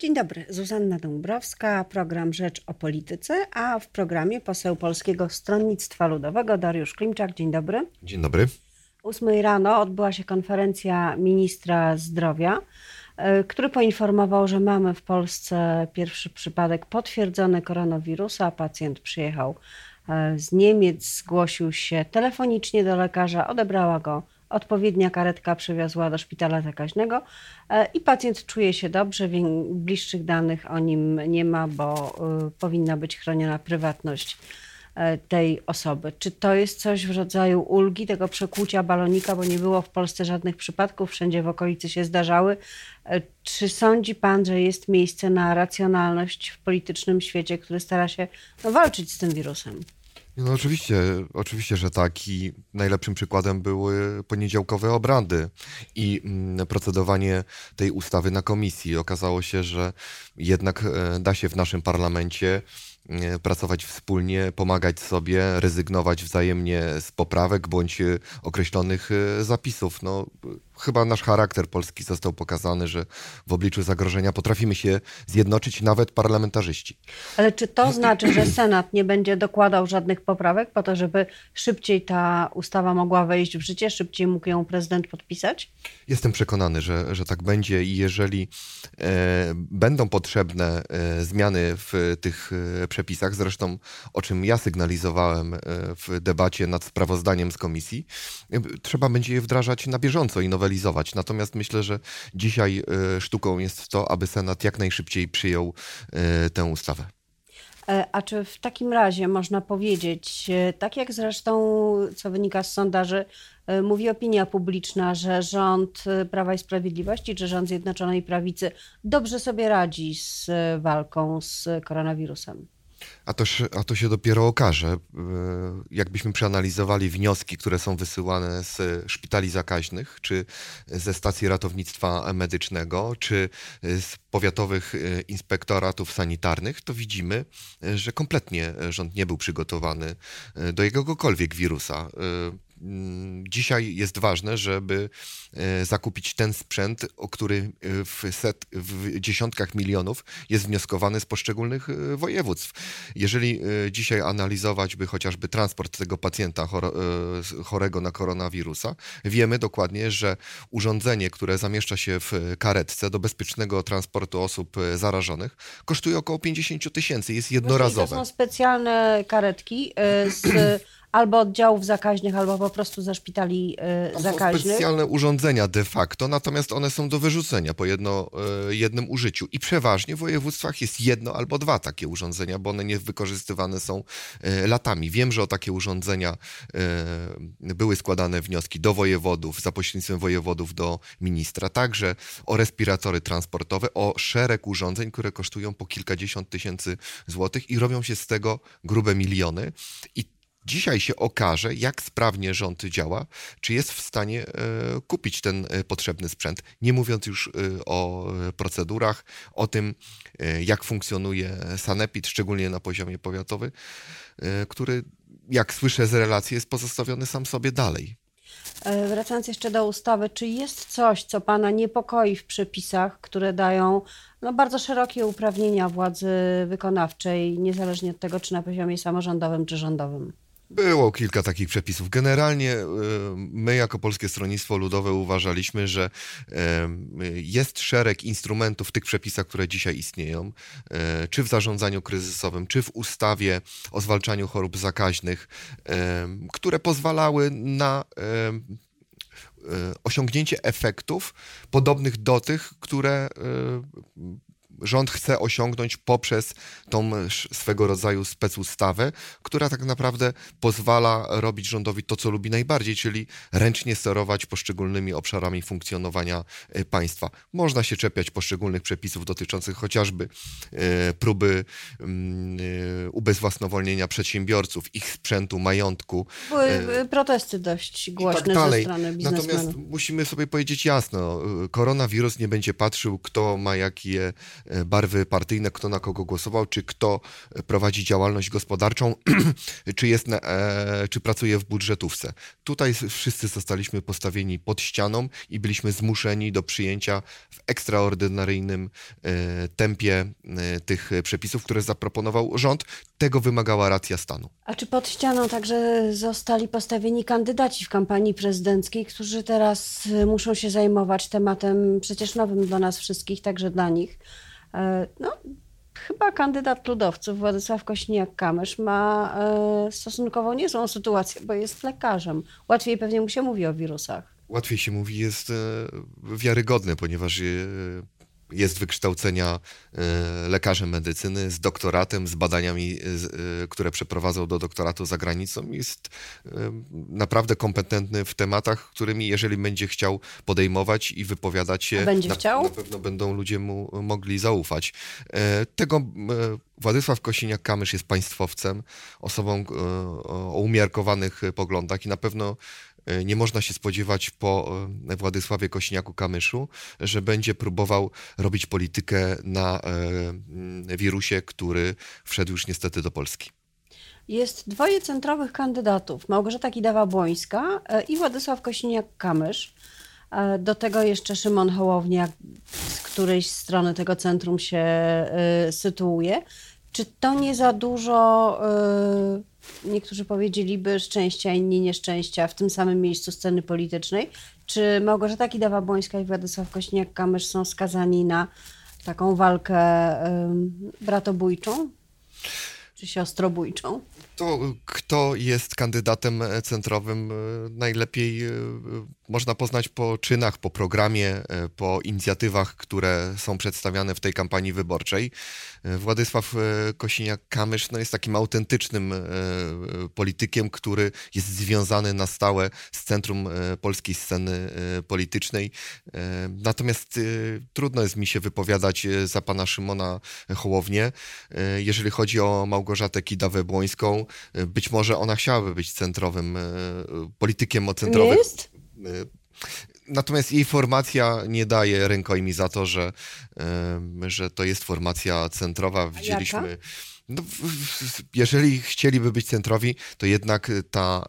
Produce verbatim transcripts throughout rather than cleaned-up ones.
Dzień dobry, Zuzanna Dąbrowska, program Rzecz o Polityce, a w programie poseł Polskiego Stronnictwa Ludowego Dariusz Klimczak. Dzień dobry. Dzień dobry. O ósmej rano odbyła się konferencja ministra zdrowia, który poinformował, że mamy w Polsce pierwszy przypadek potwierdzony koronawirusa. Pacjent przyjechał z Niemiec, zgłosił się telefonicznie do lekarza, odebrała go odpowiednia karetka, przewiozła do szpitala zakaźnego i pacjent czuje się dobrze. Bliższych danych o nim nie ma, bo powinna być chroniona prywatność tej osoby. Czy to jest coś w rodzaju ulgi, tego przekłucia balonika, bo nie było w Polsce żadnych przypadków, wszędzie w okolicy się zdarzały. Czy sądzi pan, że jest miejsce na racjonalność w politycznym świecie, który stara się no, walczyć z tym wirusem? No oczywiście, oczywiście, że tak i najlepszym przykładem były poniedziałkowe obrady i procedowanie tej ustawy na komisji. Okazało się, że jednak da się w naszym parlamencie pracować wspólnie, pomagać sobie, rezygnować wzajemnie z poprawek bądź określonych zapisów. No, chyba nasz charakter polski został pokazany, że w obliczu zagrożenia potrafimy się zjednoczyć, nawet parlamentarzyści. Ale czy to znaczy, że Senat nie będzie dokładał żadnych poprawek po to, żeby szybciej ta ustawa mogła wejść w życie, szybciej mógł ją prezydent podpisać? Jestem przekonany, że, że tak będzie i jeżeli e, będą potrzebne e, zmiany w tych e, przepisach, zresztą o czym ja sygnalizowałem e, w debacie nad sprawozdaniem z komisji, e, trzeba będzie je wdrażać na bieżąco i nowelizować. Natomiast myślę, że dzisiaj e, sztuką jest to, aby Senat jak najszybciej przyjął e, tę ustawę. A czy w takim razie można powiedzieć, tak jak zresztą, co wynika z sondaży, mówi opinia publiczna, że rząd Prawa i Sprawiedliwości, czy rząd Zjednoczonej Prawicy dobrze sobie radzi z walką z koronawirusem? A to, a to się dopiero okaże. Jakbyśmy przeanalizowali wnioski, które są wysyłane z szpitali zakaźnych, czy ze stacji ratownictwa medycznego, czy z powiatowych inspektoratów sanitarnych, to widzimy, że kompletnie rząd nie był przygotowany do jakiegokolwiek wirusa. Dzisiaj jest ważne, żeby zakupić ten sprzęt, o który w, set, w dziesiątkach milionów jest wnioskowany z poszczególnych województw. Jeżeli dzisiaj analizować by chociażby transport tego pacjenta chorego na koronawirusa, wiemy dokładnie, że urządzenie, które zamieszcza się w karetce do bezpiecznego transportu osób zarażonych, kosztuje około pięćdziesiąt tysięcy, jest jednorazowe. To są specjalne karetki z albo oddziałów zakaźnych, albo po prostu ze szpitali y, zakaźnych. To są specjalne urządzenia de facto, natomiast one są do wyrzucenia po jedno, y, jednym użyciu. I przeważnie w województwach jest jedno albo dwa takie urządzenia, bo one nie wykorzystywane są y, latami. Wiem, że o takie urządzenia y, były składane wnioski do wojewodów, za pośrednictwem wojewodów do ministra, także o respiratory transportowe, o szereg urządzeń, które kosztują po kilkadziesiąt tysięcy złotych i robią się z tego grube miliony. I dzisiaj się okaże, jak sprawnie rząd działa, czy jest w stanie kupić ten potrzebny sprzęt, nie mówiąc już o procedurach, o tym, jak funkcjonuje sanepid, szczególnie na poziomie powiatowym, który, jak słyszę z relacji, jest pozostawiony sam sobie dalej. Wracając jeszcze do ustawy, czy jest coś, co pana niepokoi w przepisach, które dają no, bardzo szerokie uprawnienia władzy wykonawczej, niezależnie od tego, czy na poziomie samorządowym, czy rządowym? Było kilka takich przepisów. Generalnie my jako Polskie Stronnictwo Ludowe uważaliśmy, że jest szereg instrumentów w tych przepisach, które dzisiaj istnieją, czy w zarządzaniu kryzysowym, czy w ustawie o zwalczaniu chorób zakaźnych, które pozwalały na osiągnięcie efektów podobnych do tych, które rząd chce osiągnąć poprzez tą swego rodzaju specustawę, która tak naprawdę pozwala robić rządowi to, co lubi najbardziej, czyli ręcznie sterować poszczególnymi obszarami funkcjonowania państwa. Można się czepiać poszczególnych przepisów dotyczących chociażby próby ubezwłasnowolnienia przedsiębiorców, ich sprzętu, majątku. Były protesty dość głośne tak ze strony biznesmenów. Natomiast musimy sobie powiedzieć jasno, koronawirus nie będzie patrzył, kto ma jakie barwy partyjne, kto na kogo głosował, czy kto prowadzi działalność gospodarczą, czy, jest na, czy pracuje w budżetówce. Tutaj wszyscy zostaliśmy postawieni pod ścianą i byliśmy zmuszeni do przyjęcia w ekstraordynaryjnym tempie tych przepisów, które zaproponował rząd. Tego wymagała racja stanu. A czy pod ścianą także zostali postawieni kandydaci w kampanii prezydenckiej, którzy teraz muszą się zajmować tematem przecież nowym dla nas wszystkich, także dla nich? No, chyba kandydat ludowców Władysław Kosiniak-Kamysz ma stosunkowo niezłą sytuację, bo jest lekarzem. Łatwiej pewnie mu się mówi o wirusach. Łatwiej się mówi, jest wiarygodny, ponieważ jest wykształcenia lekarzem medycyny z doktoratem, z badaniami, które przeprowadzał do doktoratu za granicą. Jest naprawdę kompetentny w tematach, którymi jeżeli będzie chciał podejmować i wypowiadać się, będzie na, chciał? na pewno będą ludzie mu mogli zaufać. Tego Władysław Kosiniak-Kamysz jest państwowcem, osobą o umiarkowanych poglądach i na pewno nie można się spodziewać po Władysławie Kosiniaku-Kamyszu, że będzie próbował robić politykę na wirusie, który wszedł już niestety do Polski. Jest dwoje centrowych kandydatów, Małgorzata Kidawa-Błońska i Władysław Kosiniak-Kamysz. Do tego jeszcze Szymon Hołownia z którejś strony tego centrum się sytuuje. Czy to nie za dużo, niektórzy powiedzieliby, szczęścia, inni nieszczęścia w tym samym miejscu sceny politycznej? Czy Małgorzata Kidawa-Błońska i Władysław Kosiniak-Kamysz są skazani na taką walkę bratobójczą czy siostrobójczą? To kto jest kandydatem centrowym, najlepiej można poznać po czynach, po programie, po inicjatywach, które są przedstawiane w tej kampanii wyborczej. Władysław Kosiniak-Kamysz no, jest takim autentycznym politykiem, który jest związany na stałe z centrum polskiej sceny politycznej. Natomiast trudno jest mi się wypowiadać za pana Szymona Hołownię. Jeżeli chodzi o Małgorzatę Kidawę-Błońską, być może ona chciałaby być centrowym politykiem o centrowych... Jest? Natomiast jej formacja nie daje rękojmi za to, że, że to jest formacja centrowa. Widzieliśmy... No, jeżeli chcieliby być centrowi, to jednak ta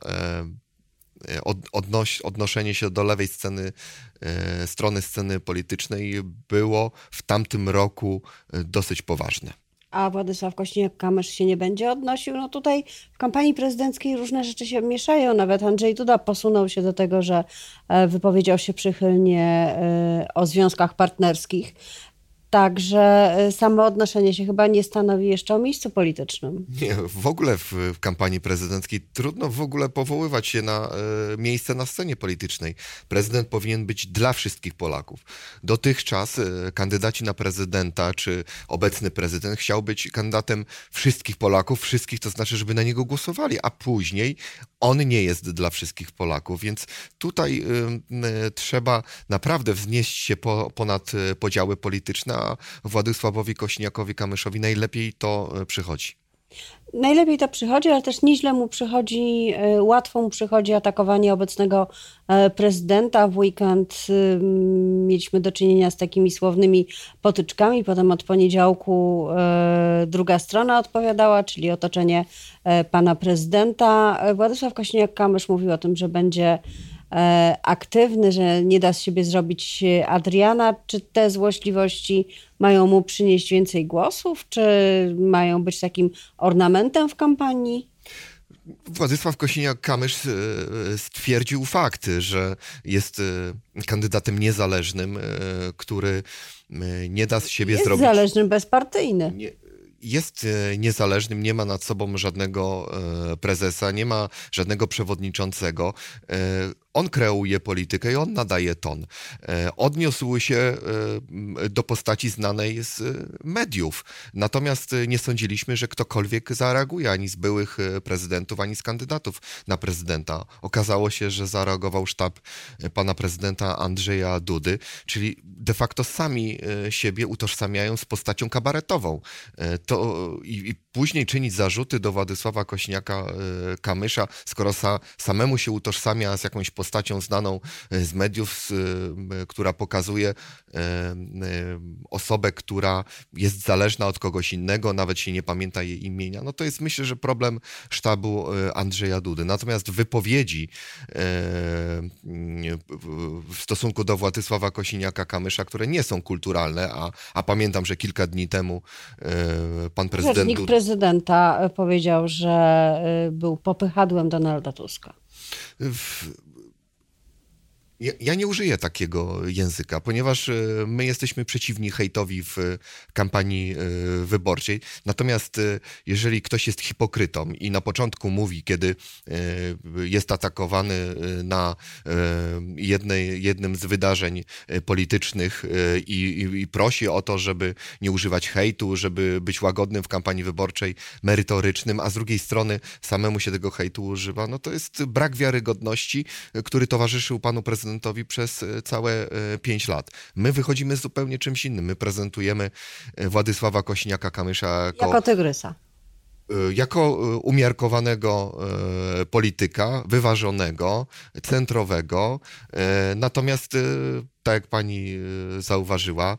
odnoś, odnoszenie się do lewej sceny, strony sceny politycznej było w tamtym roku dosyć poważne. A Władysław Kosiniak-Kamysz się nie będzie odnosił. No tutaj w kampanii prezydenckiej różne rzeczy się mieszają. Nawet Andrzej Duda posunął się do tego, że wypowiedział się przychylnie o związkach partnerskich. Także samo odnoszenie się chyba nie stanowi jeszcze o miejscu politycznym. Nie, w ogóle w kampanii prezydenckiej trudno w ogóle powoływać się na e, miejsce na scenie politycznej. Prezydent powinien być dla wszystkich Polaków. Dotychczas e, kandydaci na prezydenta, czy obecny prezydent chciał być kandydatem wszystkich Polaków, wszystkich to znaczy, żeby na niego głosowali, a później on nie jest dla wszystkich Polaków, więc tutaj e, trzeba naprawdę wznieść się po, ponad podziały polityczne, a Władysławowi Kosiniakowi-Kamyszowi najlepiej to przychodzi. Najlepiej to przychodzi, ale też nieźle mu przychodzi, łatwo mu przychodzi atakowanie obecnego prezydenta. W weekend mieliśmy do czynienia z takimi słownymi potyczkami, potem od poniedziałku druga strona odpowiadała, czyli otoczenie pana prezydenta. Władysław Kosiniak-Kamysz mówił o tym, że będzie aktywny, że nie da z siebie zrobić Adriana. Czy te złośliwości mają mu przynieść więcej głosów, czy mają być takim ornamentem w kampanii? Władysław Kosiniak-Kamysz stwierdził fakt, że jest kandydatem niezależnym, który nie da z siebie jest zrobić... Jest zależnym, bezpartyjny. Nie... Jest niezależnym, nie ma nad sobą żadnego prezesa, nie ma żadnego przewodniczącego. On kreuje politykę i on nadaje ton. Odniósł się do postaci znanej z mediów. Natomiast nie sądziliśmy, że ktokolwiek zareaguje, ani z byłych prezydentów, ani z kandydatów na prezydenta. Okazało się, że zareagował sztab pana prezydenta Andrzeja Dudy, czyli de facto sami siebie utożsamiają z postacią kabaretową. To i, i później czynić zarzuty do Władysława Kosiniaka-Kamysza, skoro sa, samemu się utożsamia z jakąś postacią postacią znaną z mediów, która pokazuje osobę, która jest zależna od kogoś innego, nawet się nie pamięta jej imienia. No to jest, myślę, że problem sztabu Andrzeja Dudy. Natomiast wypowiedzi w stosunku do Władysława Kosiniaka-Kamysza, które nie są kulturalne, a, a pamiętam, że kilka dni temu pan prezydent... Rzecznik Duda... prezydenta powiedział, że był popychadłem Donalda Tuska. W... Ja, ja nie użyję takiego języka, ponieważ my jesteśmy przeciwni hejtowi w kampanii wyborczej. Natomiast jeżeli ktoś jest hipokrytą i na początku mówi, kiedy jest atakowany na jednej, jednym z wydarzeń politycznych i, i, i prosi o to, żeby nie używać hejtu, żeby być łagodnym w kampanii wyborczej, merytorycznym, a z drugiej strony samemu się tego hejtu używa, no to jest brak wiarygodności, który towarzyszył panu prezydentowi przez całe pięć lat. My wychodzimy z zupełnie czymś innym. My prezentujemy Władysława Kosiniaka-Kamysza jako, jako tygrysa. Jako umiarkowanego polityka, wyważonego, centrowego. Natomiast, tak jak pani zauważyła,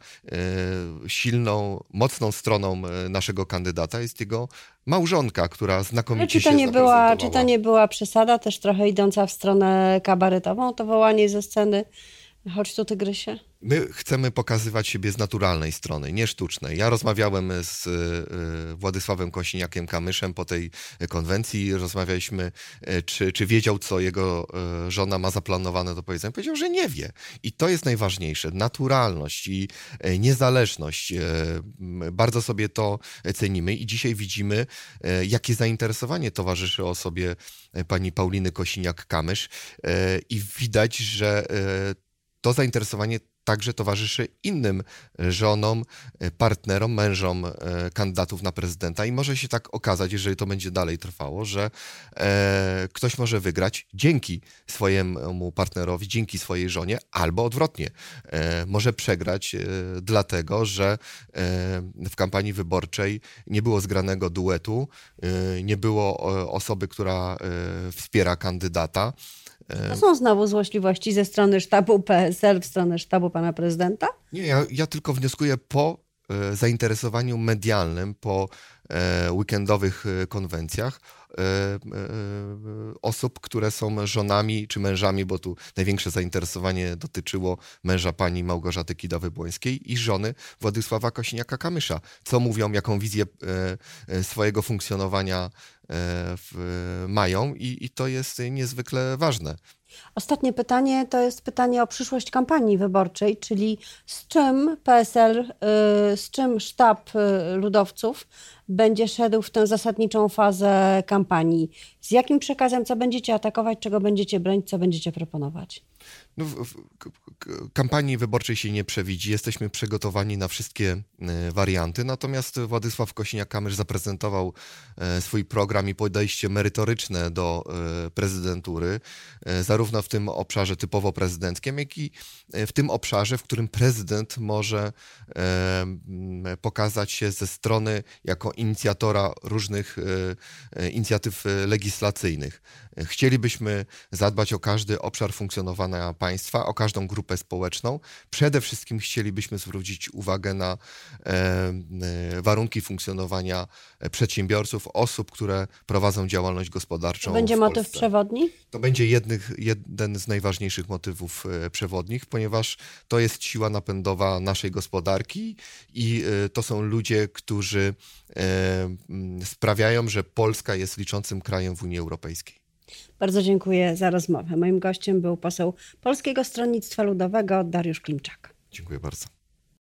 silną, mocną stroną naszego kandydata jest jego małżonka, która znakomicie czy to się nie była, zaprezentowała. Czy to nie była przesada, też trochę idąca w stronę kabaretową, to wołanie ze sceny chodź tu tygrysie? My chcemy pokazywać siebie z naturalnej strony, nie sztucznej. Ja rozmawiałem z Władysławem Kosiniakiem-Kamyszem po tej konwencji. Rozmawialiśmy, czy, czy wiedział, co jego żona ma zaplanowane do powiedzenia. Powiedział, że nie wie. I to jest najważniejsze. Naturalność i niezależność. Bardzo sobie to cenimy i dzisiaj widzimy, jakie zainteresowanie towarzyszy osobie pani Pauliny Kosiniak-Kamysz i widać, że to zainteresowanie także towarzyszy innym żonom, partnerom, mężom kandydatów na prezydenta i może się tak okazać, jeżeli to będzie dalej trwało, że e, ktoś może wygrać dzięki swojemu partnerowi, dzięki swojej żonie, albo odwrotnie. E, może przegrać e, dlatego, że e, w kampanii wyborczej nie było zgranego duetu, e, nie było osoby, która e, wspiera kandydata. To są znowu złośliwości ze strony sztabu P S L w stronę sztabu pana prezydenta? Nie, ja, ja tylko wnioskuję po e, zainteresowaniu medialnym, po e, weekendowych e, konwencjach e, e, osób, które są żonami czy mężami, bo tu największe zainteresowanie dotyczyło męża pani Małgorzaty Kidawy-Błońskiej i żony Władysława Kosiniaka-Kamysza. Co mówią, jaką wizję e, swojego funkcjonowania W, mają i, i to jest niezwykle ważne. Ostatnie pytanie to jest pytanie o przyszłość kampanii wyborczej, czyli z czym P S L, z czym sztab ludowców będzie szedł w tę zasadniczą fazę kampanii? Z jakim przekazem, co będziecie atakować, czego będziecie bronić, co będziecie proponować? No, w, w kampanii wyborczej się nie przewidzi. Jesteśmy przygotowani na wszystkie warianty. Natomiast Władysław Kosiniak-Kamysz zaprezentował swój program i podejście merytoryczne do prezydentury, zarówno w tym obszarze typowo prezydenckim, jak i w tym obszarze, w którym prezydent może pokazać się ze strony jako inicjatora różnych inicjatyw legislacyjnych. Chcielibyśmy zadbać o każdy obszar funkcjonowania państwa, o każdą grupę społeczną. Przede wszystkim chcielibyśmy zwrócić uwagę na warunki funkcjonowania przedsiębiorców, osób, które prowadzą działalność gospodarczą. To będzie motyw przewodni? To będzie jednych, jeden z najważniejszych motywów przewodnich, ponieważ to jest siła napędowa naszej gospodarki i to są ludzie, którzy sprawiają, że Polska jest liczącym krajem w Unii Europejskiej. Bardzo dziękuję za rozmowę. Moim gościem był poseł Polskiego Stronnictwa Ludowego Dariusz Klimczak. Dziękuję bardzo.